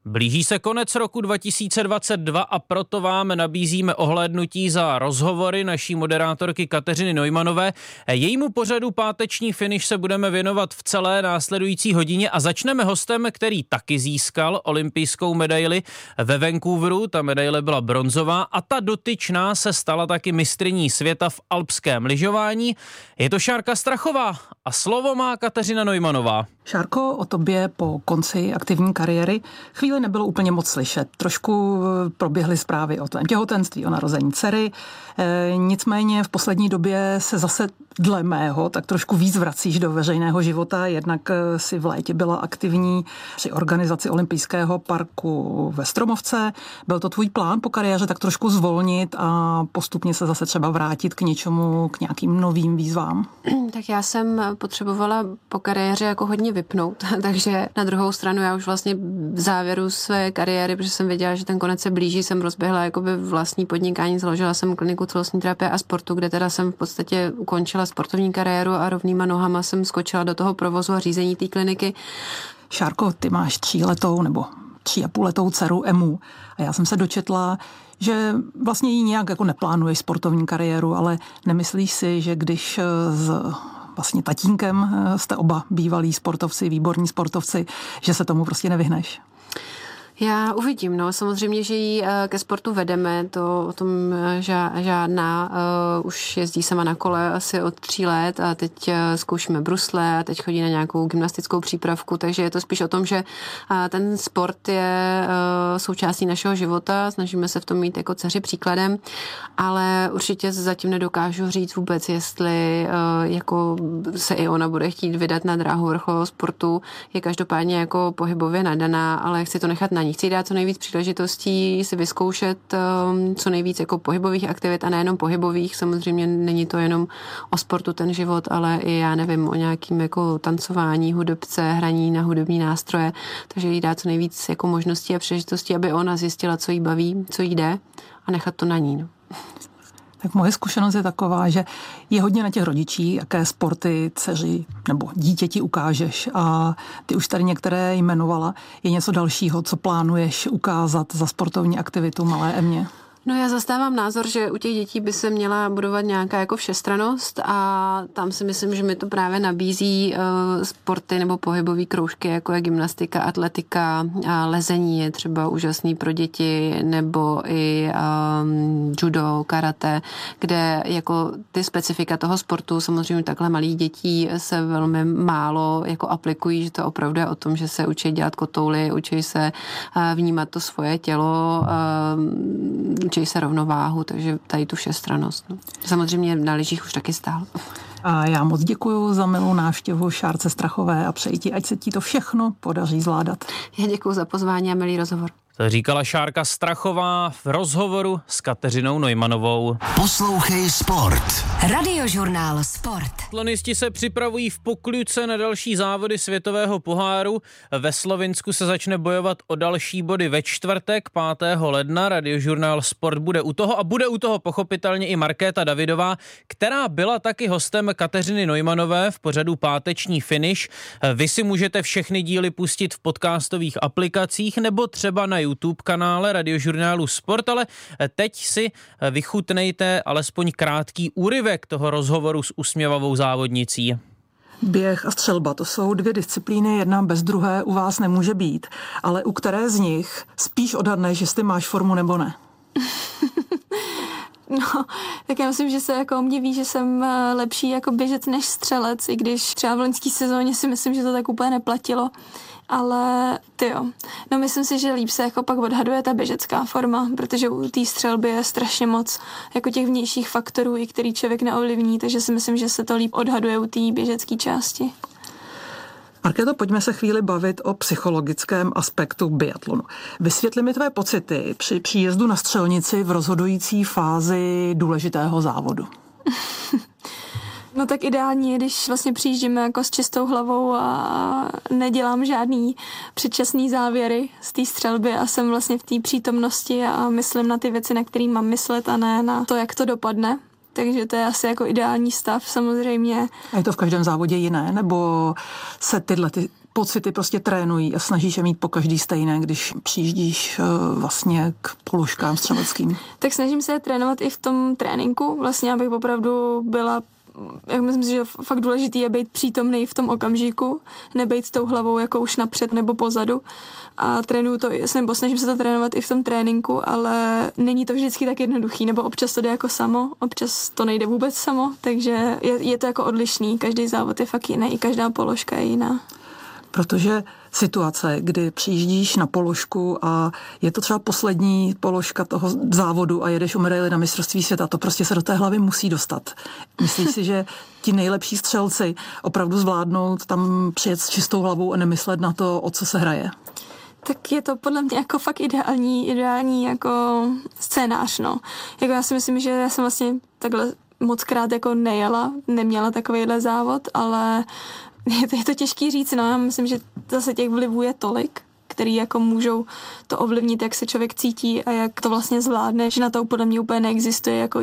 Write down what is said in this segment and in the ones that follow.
Blíží se konec roku 2022 a proto vám nabízíme ohlédnutí za rozhovory naší moderátorky Kateřiny Neumanové. Jejímu pořadu Páteční finiš se budeme věnovat v celé následující hodině a začneme hostem, který taky získal olympijskou medaili ve Vancouveru. Ta medaile byla bronzová a ta dotyčná se stala taky mistryní světa v alpském lyžování. Je to Šárka Strachová a slovo má Kateřina Neumannová. Šárko, o tobě po konci aktivní kariéry chvíli nebylo úplně moc slyšet. Trošku proběhly zprávy o tvém těhotenství, o narození dcery. Nicméně v poslední době se zase dle mého tak trošku víc vracíš do veřejného života. Jednak si v létě byla aktivní při organizaci olympijského parku ve Stromovce. Byl to tvůj plán po kariéře tak trošku zvolnit a postupně se zase třeba vrátit k něčemu, k nějakým novým výzvám? Tak já jsem potřebovala po kariéře jako hodně vypnout, takže na druhou stranu já už vlastně v závěru své kariéry, protože jsem věděla, že ten konec se blíží, jsem rozběhla jakoby vlastní podnikání, založila jsem kliniku tělesné terapie a sportu, kde teda jsem v podstatě ukončila sportovní kariéru a rovnýma nohama jsem skočila do toho provozu a řízení té kliniky. Šárko, ty máš 3letou nebo 3,5letou dceru Emu a já jsem se dočetla, že vlastně jí nějak jako neplánuješ sportovní kariéru, ale nemyslíš si, že když vlastně tatínkem jste oba bývalí sportovci, výborní sportovci, že se tomu prostě nevyhneš? Já uvidím, no. Samozřejmě, že ji ke sportu vedeme, to o tom žádná. Už jezdí sama na kole asi od 3 let a teď zkoušíme brusle a teď chodí na nějakou gymnastickou přípravku, takže je to spíš o tom, že ten sport je součástí našeho života, snažíme se v tom mít jako dceři příkladem, ale určitě zatím nedokážu říct vůbec, jestli jako se i ona bude chtít vydat na dráhu vrcholového sportu. Je každopádně jako pohybově nadaná, ale chci to nechat na ní. Chci dát co nejvíc příležitostí si vyzkoušet co nejvíc jako pohybových aktivit a nejenom pohybových. Samozřejmě není to jenom o sportu ten život, ale i já nevím, o nějakým jako tancování, hudebce, hraní na hudební nástroje. Takže jí dát co nejvíc jako možností a příležitostí, aby ona zjistila, co jí baví, co jí jde a nechat to na ní. No. Tak moje zkušenost je taková, že je hodně na těch rodičích, jaké sporty dceři nebo dítěti ukážeš a ty už tady některé jmenovala. Je něco dalšího, co plánuješ ukázat za sportovní aktivitu malé Emě? No já zastávám názor, že u těch dětí by se měla budovat nějaká jako všestrannost a tam si myslím, že mi to právě nabízí sporty nebo pohybové kroužky, jako je gymnastika, atletika, a lezení je třeba úžasný pro děti, nebo i judo, karate, kde jako ty specifika toho sportu, samozřejmě takhle malých dětí se velmi málo jako aplikují, že to opravdu je o tom, že se učí dělat kotouly, učí se vnímat to svoje tělo, učí se rovnováhu, takže tady tu všestrannost. No. Samozřejmě na lyžích už taky stál. A já moc děkuju za milou návštěvu Šárce Strachové a přeji ti, ať se ti to všechno podaří zvládat. Já děkuju za pozvání a milý rozhovor. To říkala Šárka Strachová v rozhovoru s Kateřinou Neumannovou. Poslouchej sport. Radiožurnál Sport. Atletisti se připravují v Pokljuce na další závody světového poháru. Ve Slovinsku se začne bojovat o další body ve čtvrtek 5. ledna. Radiožurnál Sport bude u toho a bude u toho pochopitelně i Markéta Davidová, která byla taky hostem Kateřiny Neumannové v pořadu Páteční finish. Vy si můžete všechny díly pustit v podcastových aplikacích nebo třeba na YouTube kanále Radiožurnálu Sport, ale teď si vychutnejte alespoň krátký úryvek toho rozhovoru s usměvavou závodnicí. Běh a střelba, to jsou 2 disciplíny, jedna bez druhé u vás nemůže být, ale u které z nich spíš odhadneš, jestli máš formu nebo ne? No, tak já myslím, že se jako o mě ví, že jsem lepší jako běžec než střelec, i když třeba v loňské sezóně si myslím, že to tak úplně neplatilo. Ale tyjo, no myslím si, že líp se jako pak odhaduje ta běžecká forma, protože u té střelby je strašně moc jako těch vnějších faktorů, i který člověk neovlivní, takže si myslím, že se to líp odhaduje u té běžecké části. Markéto, pojďme se chvíli bavit o psychologickém aspektu biatlonu. Vysvětli mi tvé pocity při příjezdu na střelnici v rozhodující fázi důležitého závodu. No tak ideální je, když vlastně přijíždíme jako s čistou hlavou a nedělám žádný předčasný závěry z té střelby a jsem vlastně v té přítomnosti a myslím na ty věci, na které mám myslet a ne na to, jak to dopadne. Takže to je asi jako ideální stav samozřejmě. A je to v každém závodě jiné, nebo se tyhle pocity prostě trénují a snažíš je mít po každý stejné, když přijíždíš vlastně k položkám střeleckým? Tak snažím se trénovat i v tom tréninku, vlastně abych opravdu byla, jak myslím si, že fakt důležitý je být přítomný v tom okamžiku, nebejt s tou hlavou jako už napřed nebo pozadu. A trénuju to, nebo snažím se to trénovat i v tom tréninku, ale není to vždycky tak jednoduchý, nebo občas to jde jako samo, občas to nejde vůbec samo, takže je to jako odlišný, každý závod je fakt jiný, i každá položka je jiná. Protože situace, kdy přijíždíš na položku a je to třeba poslední položka toho závodu a jedeš o medaili na mistrovství světa, to prostě se do té hlavy musí dostat. Myslíš si, že ti nejlepší střelci opravdu zvládnou tam přijet s čistou hlavou a nemyslet na to, o co se hraje? Tak je to podle mě jako fakt ideální jako scénář, no. Jako já si myslím, že já jsem vlastně takhle mockrát jako neměla takovýhle závod, ale je to těžký říct, no. Já myslím, že zase těch vlivů je tolik, který jako můžou to ovlivnit, jak se člověk cítí a jak to vlastně zvládne, že na to podle mě úplně neexistuje jako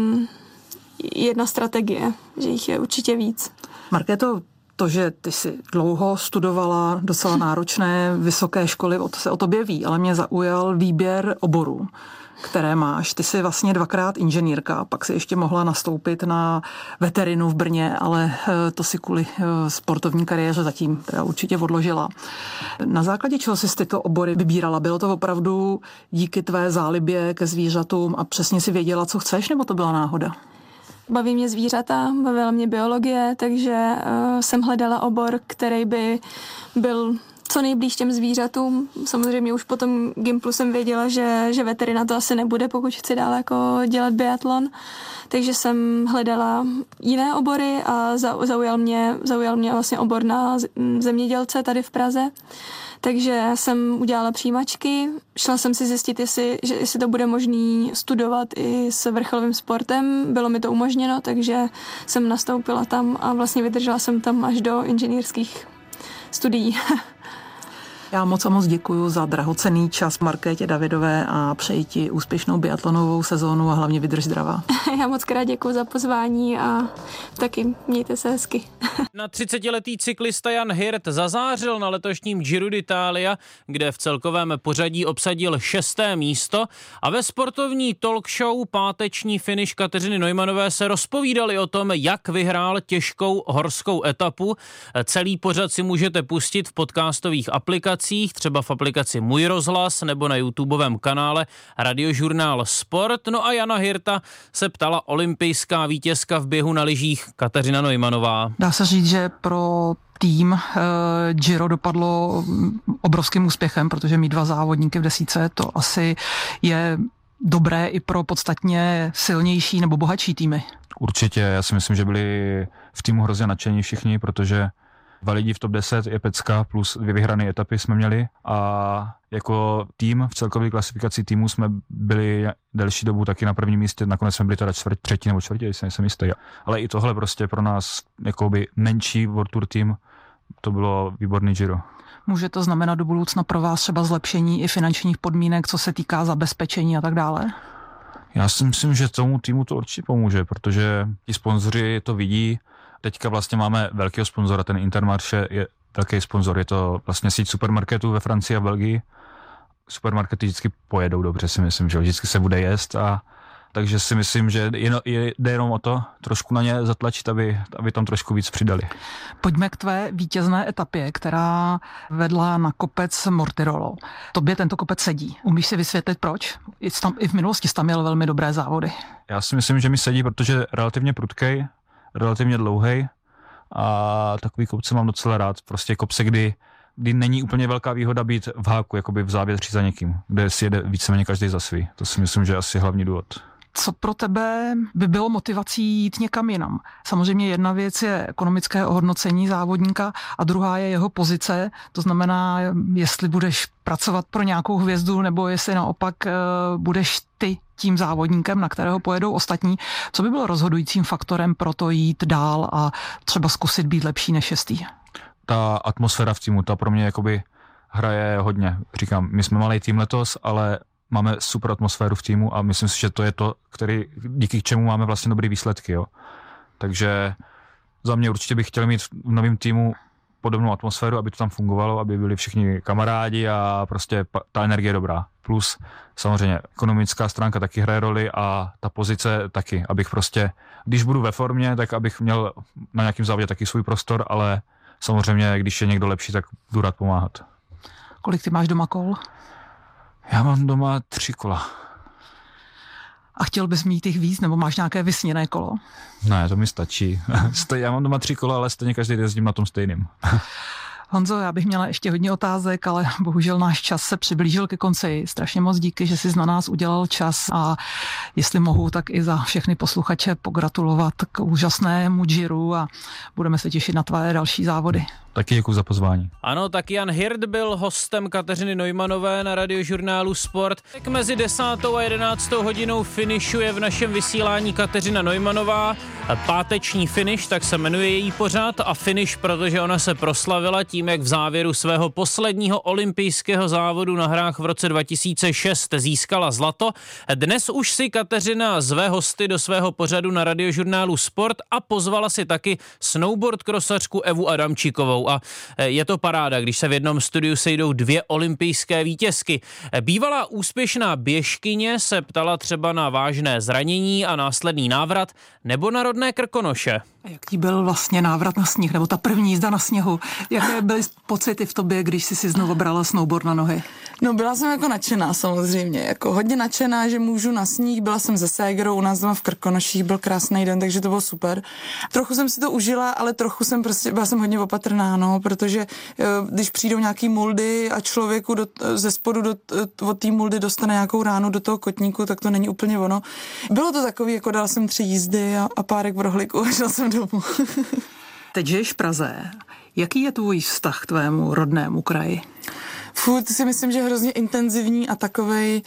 jedna strategie, že jich je určitě víc. Markéto, to, že ty si dlouho studovala docela náročné vysoké školy, se o tobě ví, ale mě zaujal výběr oborů, které máš. Ty jsi vlastně 2krát inženýrka, pak si ještě mohla nastoupit na veterinu v Brně, ale to si kvůli sportovní kariéře zatím teda určitě odložila. Na základě čeho jsi tyto obory vybírala? Bylo to opravdu díky tvé zálibě ke zvířatům a přesně si věděla, co chceš, nebo to byla náhoda? Baví mě zvířata, bavila mě biologie, takže jsem hledala obor, který by byl co nejblíž těm zvířatům. Samozřejmě už po tom Gimplu jsem věděla, že veterina to asi nebude, pokud chci dál jako dělat biatlon. Takže jsem hledala jiné obory a zaujal mě vlastně obor na zemědělce tady v Praze. Takže jsem udělala přijímačky, šla jsem si zjistit, jestli to bude možný studovat i s vrcholovým sportem. Bylo mi to umožněno, takže jsem nastoupila tam a vlastně vydržela jsem tam až do inženýrských studií. Já moc děkuju za drahocenný čas Markétě Davidové a přeji ti úspěšnou biatlonovou sezónu a hlavně vydrž zdravá. Já moc krát děkuju za pozvání a taky mějte se hezky. Na 30letý cyklista Jan Hirt zazářil na letošním Giro d'Italia, kde v celkovém pořadí obsadil 6. místo a ve sportovní talk show páteční finish Kateřiny Neumanové se rozpovídali o tom, jak vyhrál těžkou horskou etapu. Celý pořad si můžete pustit v podcastových aplikacích, třeba v aplikaci Můj rozhlas nebo na YouTubeovém kanále Radiožurnál Sport. No a Jana Hirta se ptala olympijská vítězka v běhu na lyžích Kateřina Neumannová. Dá se říct, že pro tým Giro dopadlo obrovským úspěchem, protože mít 2 závodníky v desítce, to asi je dobré i pro podstatně silnější nebo bohatší týmy. Určitě, já si myslím, že byli v týmu hrozně nadšení všichni, protože 2 lidi v top 10 je pecka, plus 2 vyhrané etapy jsme měli a jako tým v celkové klasifikaci týmu jsme byli delší dobu taky na prvním místě, nakonec jsme byli teda třetí nebo čtvrtí, jsem jistý. Ale i tohle prostě pro nás jakoby menší World Tour tým, to bylo výborný Giro. Může to znamenat do budoucna pro vás třeba zlepšení i finančních podmínek, co se týká zabezpečení a tak dále? Já si myslím, že tomu týmu to určitě pomůže, protože ti sponzoři to vidí. Teďka vlastně máme velkého sponzora, ten Intermarché je velký sponzor, je to vlastně síť supermarketů ve Francii a Belgii. Supermarkety vždycky pojedou dobře, si myslím, že vždycky se bude jíst a takže si myslím, že jde jenom o to trošku na ně zatlačit, aby tam trošku víc přidali. Pojďme k tvé vítězné etapě, která vedla na kopec Mortirolo. Tobě tento kopec sedí. Umíš si vysvětlit proč? I v minulosti jsi tam měl velmi dobré závody. Já si myslím, že mi sedí, protože je relativně prudkej, relativně dlouhej a takový kopce mám docela rád. Prostě kopce, kdy není úplně velká výhoda být v háku, jakoby v závětří za někým, kde si jede víceméně každý za svý. To si myslím, že je asi hlavní důvod. Co pro tebe by bylo motivací jít někam jinam? Samozřejmě jedna věc je ekonomické ohodnocení závodníka a druhá je jeho pozice. To znamená, jestli budeš pracovat pro nějakou hvězdu nebo jestli naopak budeš ty tím závodníkem, na kterého pojedou ostatní. Co by bylo rozhodujícím faktorem pro to jít dál a třeba zkusit být lepší než 6. Ta atmosféra v týmu, ta pro mě jakoby hraje hodně. Říkám, my jsme malý tým letos, ale máme super atmosféru v týmu a myslím si, že to je to, díky čemu máme vlastně dobrý výsledky. Jo. Takže za mě určitě bych chtěl mít v novém týmu podobnou atmosféru, aby to tam fungovalo, aby byli všichni kamarádi a prostě ta energie je dobrá. Plus samozřejmě ekonomická stránka taky hraje roli a ta pozice taky, abych prostě, když budu ve formě, tak abych měl na nějakém závodě taky svůj prostor, ale samozřejmě, když je někdo lepší, tak budu rád pomáhat. Kolik ty máš doma kol? Já mám doma 3 kola. A chtěl bys mít jich víc, nebo máš nějaké vysněné kolo? Ne, to mi stačí. Já mám doma 3 kola, ale stejně každý jezdím na tom stejným. Honzo, já bych měla ještě hodně otázek, ale bohužel náš čas se přiblížil ke konci. Strašně moc díky, že jsi na nás udělal čas a jestli mohu, tak i za všechny posluchače pogratulovat k úžasnému Giru a budeme se těšit na tvé další závody. Taky děkuji za pozvání. Ano, tak Jan Hirt byl hostem Kateřiny Neumanové na Radiožurnálu Sport. Tak mezi 10. a 11. hodinou finišuje v našem vysílání Kateřina Neumannová. Páteční finiš, tak se jmenuje její pořad a finiš, protože ona se proslavila tím, jak v závěru svého posledního olympijského závodu na hrách v roce 2006 získala zlato. Dnes už si Kateřina zve hosty do svého pořadu na Radiožurnálu Sport a pozvala si taky snowboard krosařku Evu Adamčíkovou. A je to paráda, když se v jednom studiu sejdou 2 olympijské vítězky. Bývalá úspěšná běžkyně se ptala třeba na vážné zranění a následný návrat nebo na rodné Krkonoše. A jaký byl vlastně návrat na sníh, nebo ta první jízda na sněhu? Jaké byly pocity v tobě, když jsi si znovu brala snowboard na nohy? No byla jsem jako nadšená samozřejmě, jako hodně nadšená, že můžu na sníh, byla jsem se ségrou, u nás doma v Krkonoších, byl krásný den, takže to bylo super. Trochu jsem si to užila, ale trochu jsem prostě, byla jsem hodně opatrná, no, protože když přijdou nějaký muldy a člověku ze spodu od té muldy dostane nějakou ránu do toho kotníku, tak to není úplně ono. Bylo to takový, jako dala jsem 3 jízdy a párek v rohlíku a šla jsem domů. Teď žiješ v Praze. Jaký je tvůj vztah k tvému rodnému kraji? Furt si myslím, že je hrozně intenzivní a takovej,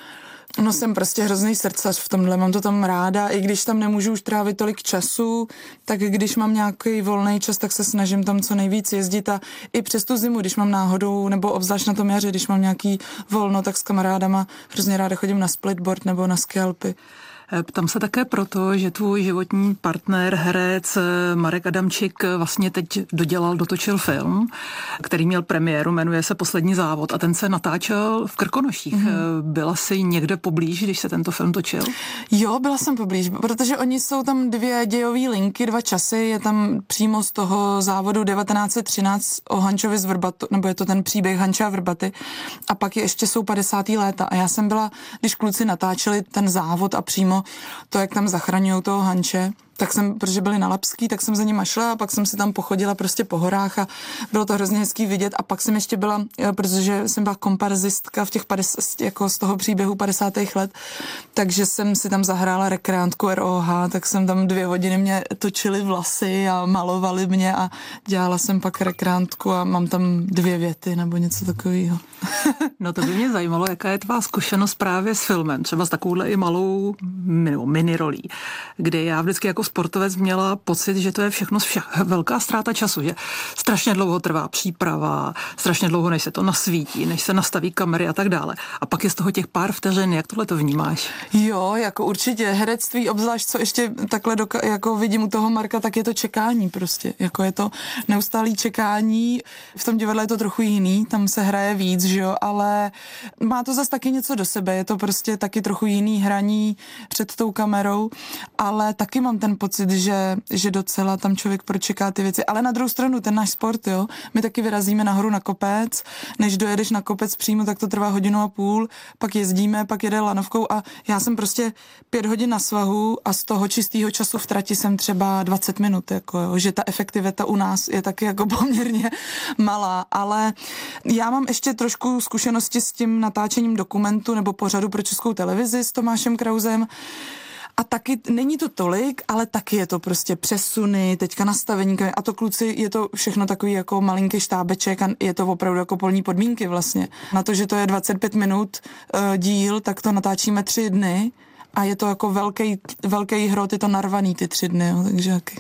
no jsem prostě hrozný srdcař v tomhle, mám to tam ráda, i když tam nemůžu už trávit tolik času, tak když mám nějaký volný čas, tak se snažím tam co nejvíc jezdit a i přes tu zimu, když mám náhodou, nebo obzvlášť na tom jaře, když mám nějaký volno, tak s kamarádama hrozně ráda chodím na splitboard nebo na ski alpy. Ptám se také proto, že tvůj životní partner, herec Marek Adamčík vlastně teď dotočil film, který měl premiéru, jmenuje se Poslední závod a ten se natáčel v Krkonoších. Byla jsi někde poblíž, když se tento film točil? Jo, byla jsem poblíž, protože oni jsou tam 2 dějové linky, 2 časy, je tam přímo z toho závodu 1913 o Hančovi z Vrbatu, nebo je to ten příběh Hanča a Vrbaty a pak ještě jsou 50. léta a já jsem byla, když kluci natáčeli ten závod a přímo to, jak tam zachraňují toho Hanče, tak jsem, protože byli na Lapský, tak jsem za nima šla a pak jsem si tam pochodila prostě po horách a bylo to hrozně hezký vidět a pak jsem ještě byla, protože jsem byla komparzistka v těch 50, jako z toho příběhu 50. let, takže jsem si tam zahrála rekreantku ROH, tak jsem tam 2 hodiny mě točili vlasy a malovali mě a dělala jsem pak rekreantku a mám tam 2 věty nebo něco takového. No to by mě zajímalo, jaká je tvá zkušenost právě s filmem, třeba s takovouhle i malou mini rolí, kde já vždycky jako sportovec měla pocit, že to je všechno velká ztráta času, že strašně dlouho trvá příprava, strašně dlouho, než se to nasvítí, než se nastaví kamery a tak dále. A pak je z toho těch pár vteřin, jak tohle to vnímáš? Jo, jako určitě herectví, obzvlášť co ještě takhle jako vidím u toho Marka, tak je to čekání prostě, jako je to neustálý čekání. V tom divadle je to trochu jiný, tam se hraje víc, že jo, ale má to zase taky něco do sebe, je to prostě taky trochu jiný hraní před tou kamerou, ale taky mám ten pocit, že docela tam člověk pročeká ty věci. Ale na druhou stranu, ten náš sport, jo, my taky vyrazíme nahoru na kopec, než dojedeš na kopec přímo, tak to trvá 1,5 hodiny, pak jezdíme, pak jede lanovkou a já jsem prostě 5 hodin na svahu a z toho čistého času v trati jsem třeba 20 minut, jako jo, že ta efektivita u nás je taky jako poměrně malá, ale já mám ještě trošku zkušenosti s tím natáčením dokumentu nebo pořadu pro Českou televizi s Tomášem Krausem. A taky není to tolik, ale taky je to prostě přesuny, teďka nastavení a to kluci, je to všechno takový jako malinký štábeček a je to opravdu jako polní podmínky vlastně. Na to, že to je 25 minut díl, tak to natáčíme 3 dny a je to jako velký hrot, je to narvaný ty 3 dny, jo, takže taky.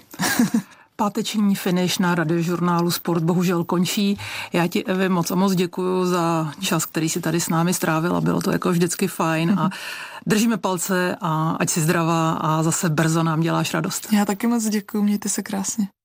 Páteční finish na Radiožurnálu Sport bohužel končí. Já ti, Evi, moc a moc děkuju za čas, který si tady s námi strávila. Bylo to jako vždycky fajn a držíme palce a ať jsi zdravá a zase brzo nám děláš radost. Já taky moc děkuju, mějte se krásně.